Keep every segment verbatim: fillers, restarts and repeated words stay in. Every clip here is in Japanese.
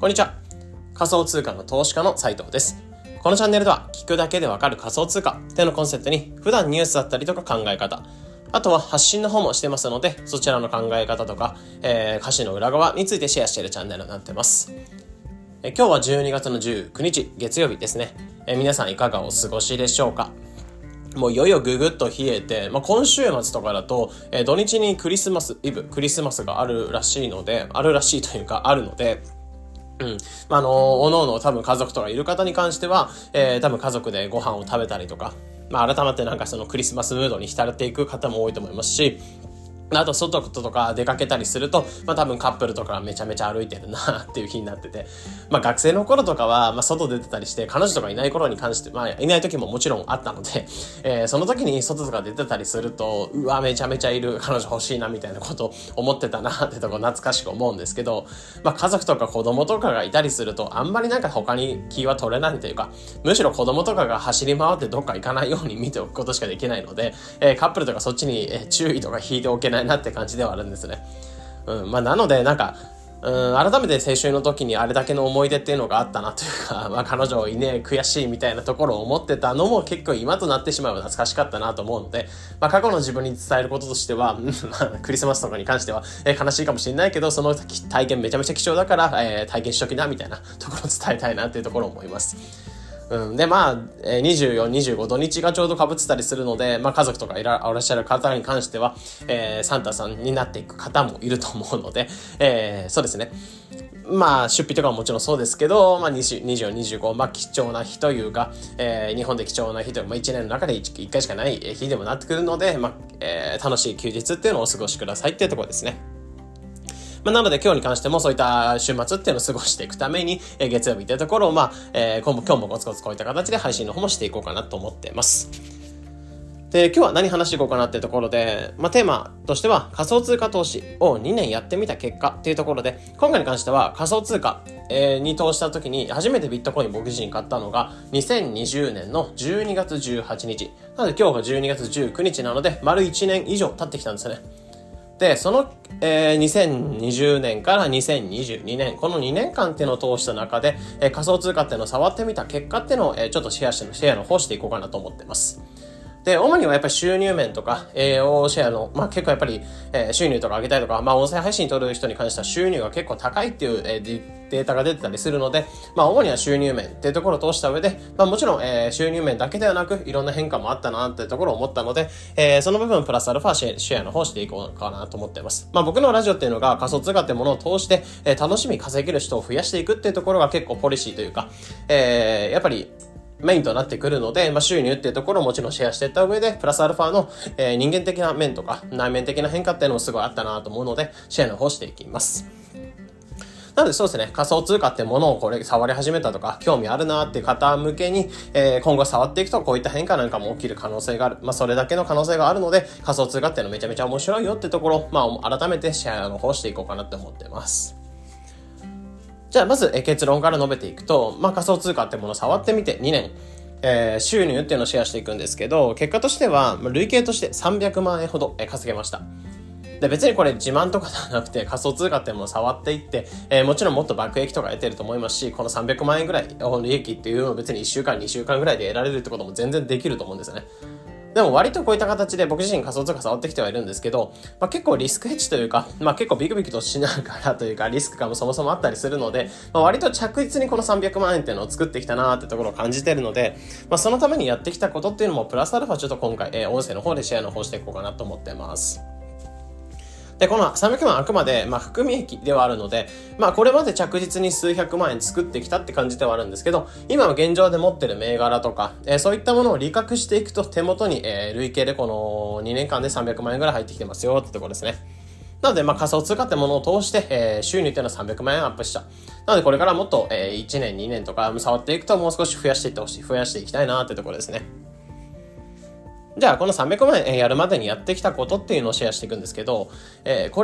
こんにちは。仮想通貨の投資家の斉藤です。このチャンネルでは聞くだけでわかる仮想通貨っていうのコンセプトに普段ニュースだったりとか考え方、あとは発信の方もしてますので、そちらの考え方とか、えー、歌詞の裏側についてシェアしているチャンネルになってます。え今日はじゅうにがつのじゅうくにち月曜日ですね。え皆さんいかがお過ごしでしょうか。もういよいよぐぐっと冷えて、まあ、今週末とかだと、えー、土日にクリスマスイブ、クリスマスがあるらしいので、あるらしいというかあるので、うん。まあ、あの、おのおの多分家族とかいる方に関しては、えー、多分家族でご飯を食べたりとか、まあ、改めてなんかそのクリスマスムードに浸れていく方も多いと思いますし、あと外とか出かけたりすると、まあ多分カップルとかめちゃめちゃ歩いてるなっていう日になってて、まあ学生の頃とかは、まあ外出てたりして、彼女とかいない頃に関して、まあいない時ももちろんあったので、えー、その時に外とか出てたりすると、うわ、めちゃめちゃいる、彼女欲しいなみたいなことを思ってたなってとこ懐かしく思うんですけど、まあ家族とか子供とかがいたりすると、あんまりなんか他に気は取れないというか、むしろ子供とかが走り回ってどっか行かないように見ておくことしかできないので、えー、カップルとかそっちに注意とか引いておけないなって感じではあるんですね。うん、まあなのでなんか、うん、改めて青春の時にあれだけの思い出っていうのがあったなというか、まあ彼女いねえ悔しいみたいなところを思ってたのも結構今となってしまえば懐かしかったなと思うので、まあ過去の自分に伝えることとしては、クリスマスとかに関しては、えー、悲しいかもしれないけど、その体験めちゃめちゃ貴重だから、えー、体験しときなみたいなところを伝えたいなっていうところを思います。うん、で、まあ、にじゅうよん、にじゅうご土日がちょうど被ってたりするので、まあ家族とかいらっしゃる方に関しては、えー、サンタさんになっていく方もいると思うので、えー、そうですね。まあ、出費とかももちろんそうですけど、まあ、にじゅう、にじゅうよん、にじゅうご、まあ、貴重な日というか、えー、日本で貴重な日というか、まあ、いちねんの中で 1, いっかいしかない日でもなってくるので、まあ、えー、楽しい休日っていうのをお過ごしくださいっていうところですね。まあ、なので今日に関してもそういった週末っていうのを過ごしていくために、えー、月曜日っていうところを、まあ、えー、今日もコツコツこういった形で配信の方もしていこうかなと思っています。で、今日は何話していこうかなっていうところで、まあ、テーマとしては仮想通貨投資をにねんやってみた結果っていうところで、今回に関しては仮想通貨に投資した時に初めてビットコイン僕自身買ったのがにせんにじゅうねんのじゅうにがつじゅうはちにち。なので今日がじゅうにがつじゅうくにちなので、丸いちねん以上経ってきたんですね。で、その、えー、にせんにじゅうねんからにせんにじゅうにねん、このにねんかんっていうのを通した中で、えー、仮想通貨っていうのを触ってみた結果っていうのを、えー、ちょっとシェアして、シェアの方していこうかなと思ってます。で、主にはやっぱり収入面とか、えー、シェアの、まあ結構やっぱり、えー、収入とか上げたりとか、まあ音声配信取る人に関しては収入が結構高いっていう、えー、データが出てたりするので、まあ主には収入面っていうところを通した上で、まあもちろん、えー、収入面だけではなく、いろんな変化もあったなっていうところを思ったので、えー、その部分プラスアルファシェア、シェアの方していこうかなと思っています。まあ僕のラジオっていうのが仮想通貨っていうものを通して、えー、楽しみ稼げる人を増やしていくっていうところが結構ポリシーというか、えー、やっぱり、メインとなってくるので、まあ、収入っていうところをもちろんシェアしていった上で、プラスアルファの、えー、人間的な面とか、内面的な変化っていうのもすごいあったなと思うので、シェアの方していきます。なのでそうですね、仮想通貨ってものをこれ触り始めたとか、興味あるなっていう方向けに、えー、今後触っていくとこういった変化なんかも起きる可能性がある。まあそれだけの可能性があるので、仮想通貨っていうのめちゃめちゃ面白いよってところ、まあ改めてシェアの方していこうかなって思っています。じゃあまず、え結論から述べていくと、まあ仮想通貨ってものを触ってみてにねん、えー、収入っていうのをシェアしていくんですけど、結果としては、累計としてさんびゃくまんえんほど稼げました。で、別にこれ自慢とかではなくて仮想通貨ってものを触っていって、えー、もちろんもっと爆益とか得てると思いますし、このさんびゃくまんえんぐらい利益っていうのを別にいっしゅうかん、にしゅうかんぐらいで得られるってことも全然できると思うんですよね。でも割とこういった形で僕自身仮想通貨触ってきてはいるんですけど、まあ、結構リスクヘッジというか、まあ、結構ビクビクとしながらというかリスクがもそもそもあったりするので、まあ、割と着実にこのさんびゃくまんえんっていうのを作ってきたなーってところを感じているので、まあ、そのためにやってきたことっていうのもプラスアルファちょっと今回、えー、音声の方でシェアの方していこうかなと思ってます。で、このさんびゃくまんあくまで、まあ、含み益ではあるので、まあ、これまで着実に数百万円作ってきたって感じではあるんですけど、今の現状で持ってる銘柄とか、えー、そういったものを利確していくと手元に、えー、累計でこのにねんかんでさんびゃくまんえんぐらい入ってきてますよってところですね。なので、まあ、仮想通貨ってものを通して、えー、収入っていうのはさんびゃくまんえんアップした。なので、これからもっと、えー、いちねん、にねんとか触っていくともう少し増やしていってほしい、増やしていきたいなってところですね。じゃあこのさんびゃくまんえんやるまでにやってきたことっていうのをシェアしていくんですけど、えー、これ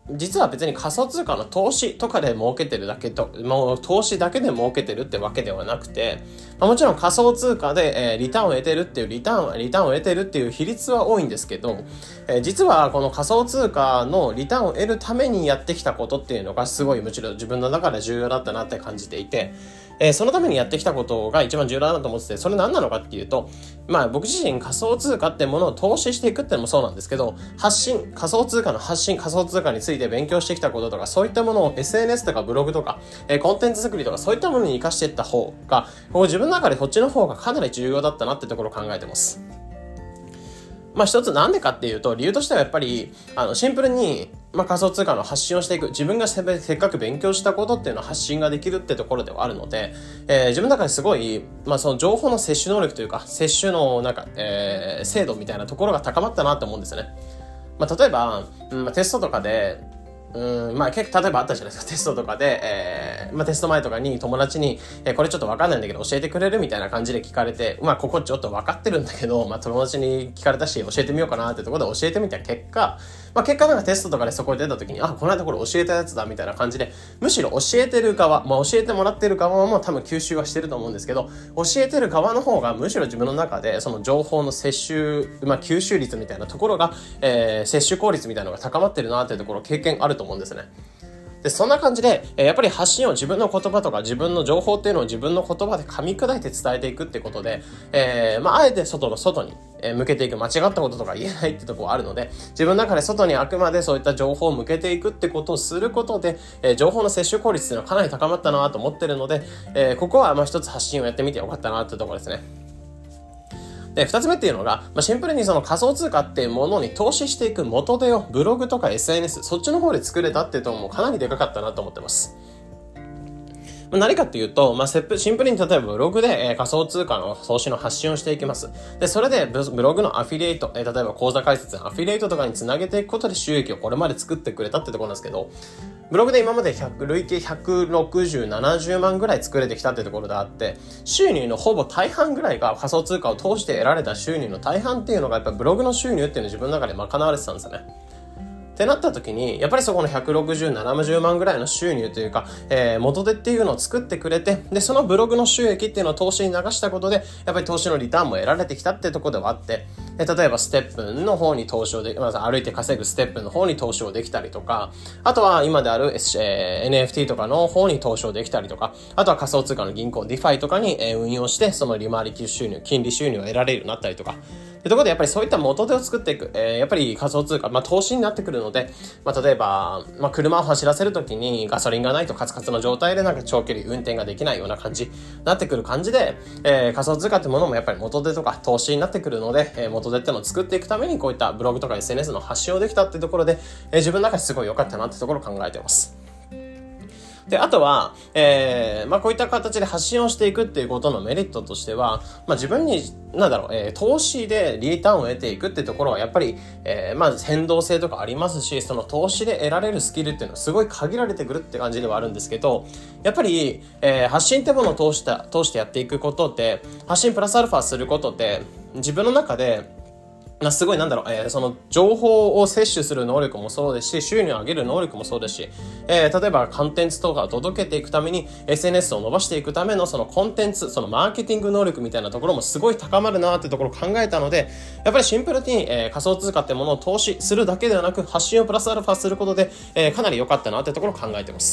実は別に仮想通貨の投資とかで儲けてるだけと、もう投資だけで儲けてるってわけではなくて、まあ、もちろん仮想通貨で、えー、リターンを得てるっていうリターンは、リターンを得てるっていう比率は多いんですけど、えー、実はこの仮想通貨のリターンを得るためにやってきたことっていうのがすごいむしろ自分の中で重要だったなって感じていて、えー、そのためにやってきたことが一番重要だなと思ってて、それ何なのかっていうと、まあ僕自身仮想通貨ってものを投資していくってのもそうなんですけど、発信、仮想通貨の発信、仮想通貨について勉強してきたこととか、そういったものを エスエヌエス とかブログとか、えー、コンテンツ作りとかそういったものに活かしていった方が、こう自分の中でこっちの方がかなり重要だったなってところを考えてます。まあ一つなんでかっていうと、理由としてはやっぱり、あの、シンプルに、まあ仮想通貨の発信をしていく、自分がせっかく勉強したことっていうのを発信ができるってところではあるので、えー、自分の中ですごい、まあその情報の摂取能力というか、摂取のなんか、えー、精度みたいなところが高まったなって思うんですよね。まあ例えば、うんまあ、テストとかで、うん、まあ結構例えばあったじゃないですか、テストとかで、えー、まあテスト前とかに友達に、えー、これちょっとわかんないんだけど教えてくれるみたいな感じで聞かれて、まあここちょっとわかってるんだけど、まあ友達に聞かれたし教えてみようかなってところで教えてみた結果、まあ結果なんかテストとかでそこで出た時に、あ、この間これ教えたやつだみたいな感じで、むしろ教えてる側、まあ教えてもらってる側も多分吸収はしてると思うんですけど、教えてる側の方がむしろ自分の中でその情報の摂取、まあ吸収率みたいなところが、えー、摂取効率みたいなのが高まってるなっていうところ経験あると思うんですね。でそんな感じで、やっぱり発信を自分の言葉とか自分の情報っていうのを自分の言葉で噛み砕いて伝えていくってことで、えー、まあ、あえて外の外に向けていく、間違ったこととか言えないってところはあるので、自分の中で外にあくまでそういった情報を向けていくってことをすることで、えー、情報の摂取効率っていうのはかなり高まったなと思ってるので、えー、ここはまあ一つ発信をやってみてよかったなってところですね。で、二つ目っていうのが、まあ、シンプルにその仮想通貨っていうものに投資していく元手をブログとか エスエヌエス、そっちの方で作れたっていうともかなりでかかったなと思ってます。何かっていうと、まあ、シンプルに例えばブログで、えー、仮想通貨の投資の発信をしていきます。で、それでブログのアフィリエイト、えー、例えば講座解説のアフィリエイトとかにつなげていくことで収益をこれまで作ってくれたってところなんですけど、ブログで今までひゃく累計ひゃくろくじゅう、ななじゅうまんぐらい作れてきたってところであって、収入のほぼ大半ぐらいが仮想通貨を通して得られた収入の大半っていうのがやっぱブログの収入っていうのを自分の中で賄われてたんですよね。ってなった時に、やっぱりそこのひゃくろくじゅう、ななじゅうまんぐらいの収入というか、えー、元手っていうのを作ってくれて、で、そのブログの収益っていうのを投資に流したことで、やっぱり投資のリターンも得られてきたってところではあって、え例えばステップの方に投資をで、まず歩いて稼ぐステップの方に投資をできたりとか、あとは今である、えー、エヌエフティー とかの方に投資をできたりとか、あとは仮想通貨の銀行、ディファイ とかに、えー、運用して、その利回り収入、金利収入を得られるようになったりとか、というところでやっぱりそういった元手を作っていく、えー、やっぱり仮想通貨、まあ投資になってくるので、まあ例えば、まあ車を走らせるときにガソリンがないとカツカツの状態でなんか長距離運転ができないような感じになってくる感じで、えー、仮想通貨ってものもやっぱり元手とか投資になってくるので、えー、元手ってのを作っていくためにこういったブログとか エスエヌエス の発信をできたっていうところで、えー、自分の中ですごい良かったなってところを考えています。で、あとは、えー、まあ、こういった形で発信をしていくっていうことのメリットとしては、まあ、自分に、なんだろう、えー、投資でリターンを得ていくっていうところは、やっぱり、えー、まあ、変動性とかありますし、その投資で得られるスキルっていうのはすごい限られてくるって感じではあるんですけど、やっぱり、えー、発信ってものを通した、通してやっていくことで、発信プラスアルファすることで、自分の中で、すごいなんだろう、えー、その情報を摂取する能力もそうですし、収入を上げる能力もそうですし、えー、例えばコンテンツとかを届けていくために エスエヌエス を伸ばしていくためのそのコンテンツ、そのマーケティング能力みたいなところもすごい高まるなってところを考えたので、やっぱりシンプルに、えー、仮想通貨ってものを投資するだけではなく、発信をプラスアルファすることで、えー、かなり良かったなってところを考えています。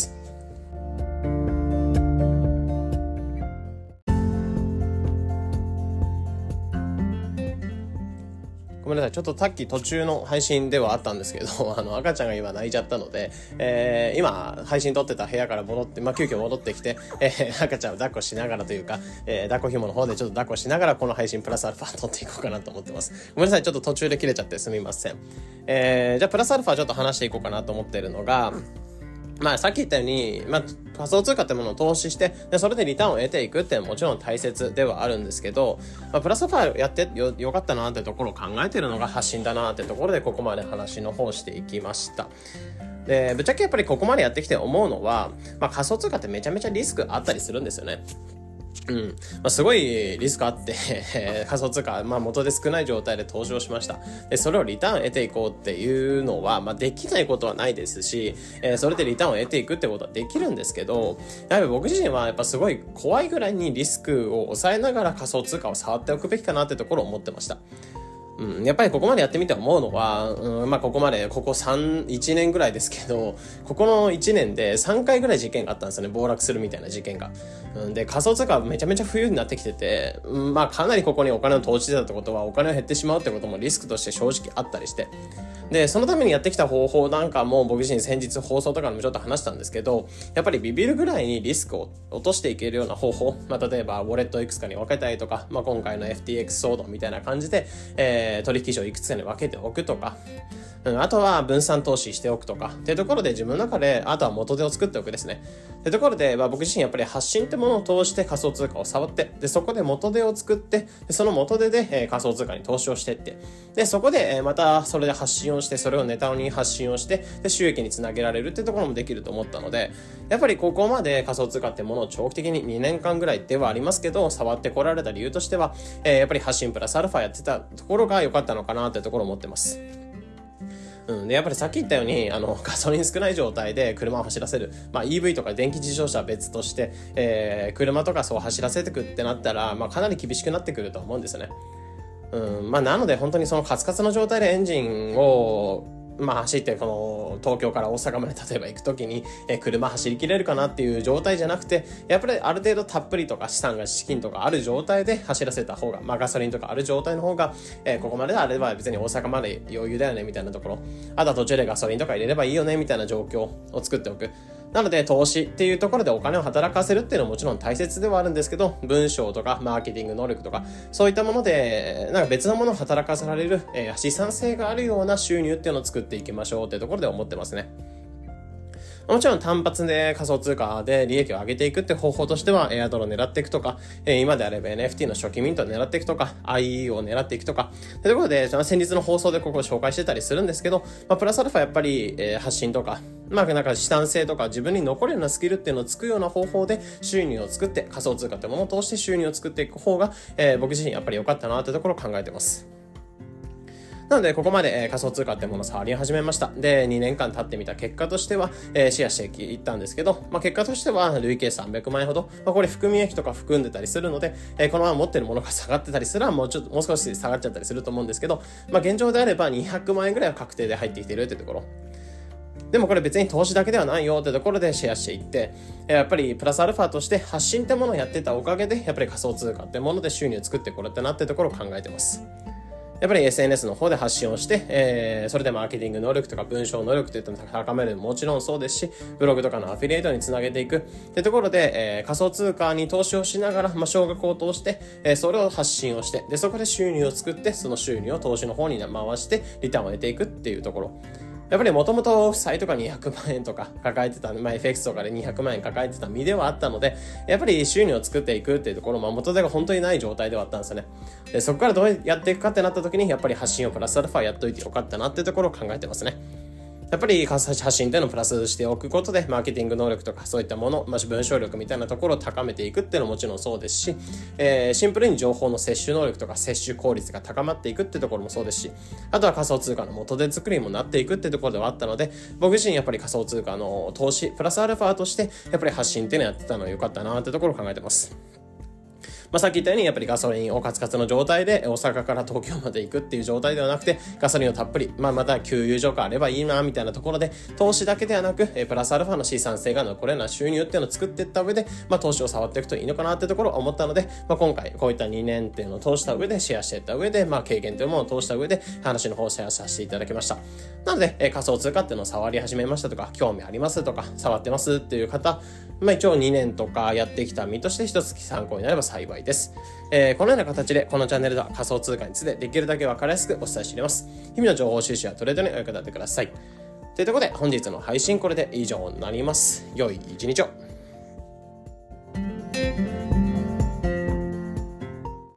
ごめんなさい。ちょっとさっき途中の配信ではあったんですけど、あの、赤ちゃんが今泣いちゃったので、えー、今、配信撮ってた部屋から戻って、まあ、急遽戻ってきて、えー、赤ちゃんを抱っこしながらというか、えー、抱っこ紐の方でちょっと抱っこしながら、この配信プラスアルファ撮っていこうかなと思ってます。ごめんなさい。ちょっと途中で切れちゃってすみません。えー、じゃあ、プラスアルファちょっと話していこうかなと思っているのが、まあさっき言ったように、まあ仮想通貨ってものを投資して、でそれでリターンを得ていくってもちろん大切ではあるんですけど、まあ、プラスアルファやってよ、よかったなってところを考えてるのが発信だなってところでここまで話の方していきました。で、ぶっちゃけやっぱりここまでやってきて思うのは、まあ仮想通貨ってめちゃめちゃリスクあったりするんですよね。 うん。まあ、すごいリスクあって、仮想通貨、まあ、元で少ない状態で投資をしました。で、それをリターン得ていこうっていうのは、まあ、できないことはないですし、えー、それでリターンを得ていくってことはできるんですけど、やはり僕自身はやっぱすごい怖いぐらいにリスクを抑えながら仮想通貨を触っておくべきかなってところを思ってました。うん、やっぱりここまでやってみて思うのは、うん、まあここまで、ここさん、いちねんぐらいですけど、ここのいちねんでさんかいぐらい事件があったんですよね。暴落するみたいな事件が。うん、で、仮想通貨はめちゃめちゃ冬になってきてて、うん、まあかなりここにお金を投じてたってことは、お金が減ってしまうってこともリスクとして正直あったりして。で、そのためにやってきた方法なんかも僕自身先日放送とかでもちょっと話したんですけど、やっぱりビビるぐらいにリスクを落としていけるような方法、まあ例えばウォレットをいくつかに分けたりとか、まあ今回の エフティーエックス 騒動みたいな感じで、えー、取引所をいくつかに分けておくとか、うん、あとは分散投資しておくとかっていうところで自分の中で、あとは元手を作っておくですね。ってところで、まあ、僕自身やっぱり発信ってものを通して仮想通貨を触って、で、そこで元手を作って、でその元手で、えー、仮想通貨に投資をしていって、で、そこで、えー、またそれで発信をして、それをネタに発信をして、で、収益につなげられるっていうところもできると思ったので、やっぱりここまで仮想通貨ってものを長期的ににねんかんぐらいではありますけど、触ってこられた理由としては、えー、やっぱり発信プラスアルファやってたところが良かったのかなってところを思ってます。うん。で、やっぱりさっき言ったように、あの、ガソリン少ない状態で車を走らせる。まあ イーブイ とか電気自動車は別として、えー、車とかそう走らせてくってなったら、まあかなり厳しくなってくると思うんですよね。うん。まあなので本当にそのカツカツの状態でエンジンを、まあ走ってこの東京から大阪まで例えば行くときに、えー、車走りきれるかなっていう状態じゃなくて、やっぱりある程度たっぷりとか資産が資金とかある状態で走らせた方が、まあガソリンとかある状態の方が、えー、ここまであれば別に大阪まで余裕だよねみたいなところ、あとは途中でガソリンとか入れればいいよねみたいな状況を作っておく。なので投資っていうところでお金を働かせるっていうのはもちろん大切ではあるんですけど、文章とかマーケティング能力とかそういったものでなんか別のものを働かせられる、えー、資産性があるような収入っていうのを作っていきましょうっていうところで思ってますね。もちろん単発で仮想通貨で利益を上げていくって方法としては、エアドロを狙っていくとか、今であれば エヌエフティー の初期ミントを狙っていくとか、アイイー を狙っていくとか、ということで、先日の放送でここを紹介してたりするんですけど、まあ、プラスアルファやっぱり、えー、発信とか、まあなんか資産性とか自分に残るようなスキルっていうのをつくような方法で収入を作って仮想通貨ってものを通して収入を作っていく方が、えー、僕自身やっぱり良かったなというところを考えてます。なので、ここまで、えー、仮想通貨ってものを触り始めました。で、にねんかん経ってみた結果としては、えー、シェアしていったんですけど、まあ、結果としては、累計さんびゃくまんえんほど、まあ、これ含み益とか含んでたりするので、えー、このまま持ってるものが下がってたりすら、もうちょっと、もう少し下がっちゃったりすると思うんですけど、まあ、現状であればにひゃくまんえんぐらいは確定で入ってきているってところ。でもこれ別に投資だけではないよってところでシェアしていって、やっぱりプラスアルファとして発信ってものをやってたおかげで、やっぱり仮想通貨ってもので収入を作ってこれたなってところを考えてます。やっぱり エスエヌエス の方で発信をして、えー、それでマーケティング能力とか文章能力といったのを高めるのももちろんそうですし、ブログとかのアフィリエイトにつなげていくってところで、えー、仮想通貨に投資をしながら、まあ、少額を通して、えー、それを発信をして、で、そこで収入を作って、その収入を投資の方に回して、リターンを得ていくっていうところ。やっぱりもともと負債とかにひゃくまんえんとか抱えてた、まあ エフエックス とかでにひゃくまんえん抱えてた身ではあったので、やっぱり収入を作っていくっていうところ、まあ元手が本当にない状態ではあったんですよね。で、そこからどうやっていくかってなった時に、やっぱり発信をプラスアルファやっといてよかったなっていうところを考えてますね。やっぱり発信というのをプラスしておくことで、マーケティング能力とかそういったもの、まあ、文章力みたいなところを高めていくっていうのももちろんそうですし、えー、シンプルに情報の摂取能力とか摂取効率が高まっていくっていうところもそうですし、あとは仮想通貨の元手作りにもなっていくっていうところではあったので、僕自身やっぱり仮想通貨の投資、プラスアルファとして、やっぱり発信っていうのをやってたのは良かったなっていうところを考えてます。まあ、さっき言ったようにやっぱりガソリンをカツカツの状態で大阪から東京まで行くっていう状態ではなくて、ガソリンをたっぷり、まあ、また給油所があればいいなみたいなところで、投資だけではなくプラスアルファの資産性が残るような収入っていうのを作っていった上で、まあ、投資を触っていくといいのかなってところを思ったので、まあ、今回こういったにねんっていうのを通した上でシェアしていった上で、まあ、経験というものを通した上で話の方をシェアさせていただきました。なので、え仮想通貨っていうのを触り始めましたとか、興味ありますとか、触ってますっていう方、まあ、一応にねんとかやってきた身として一つ参考になれば幸いです。えー、このような形でこのチャンネルでは仮想通貨についてできるだけ分かりやすくお伝えしています。日々の情報収集やトレードにお役立てください。というところで本日の配信これで以上になります。良い一日を。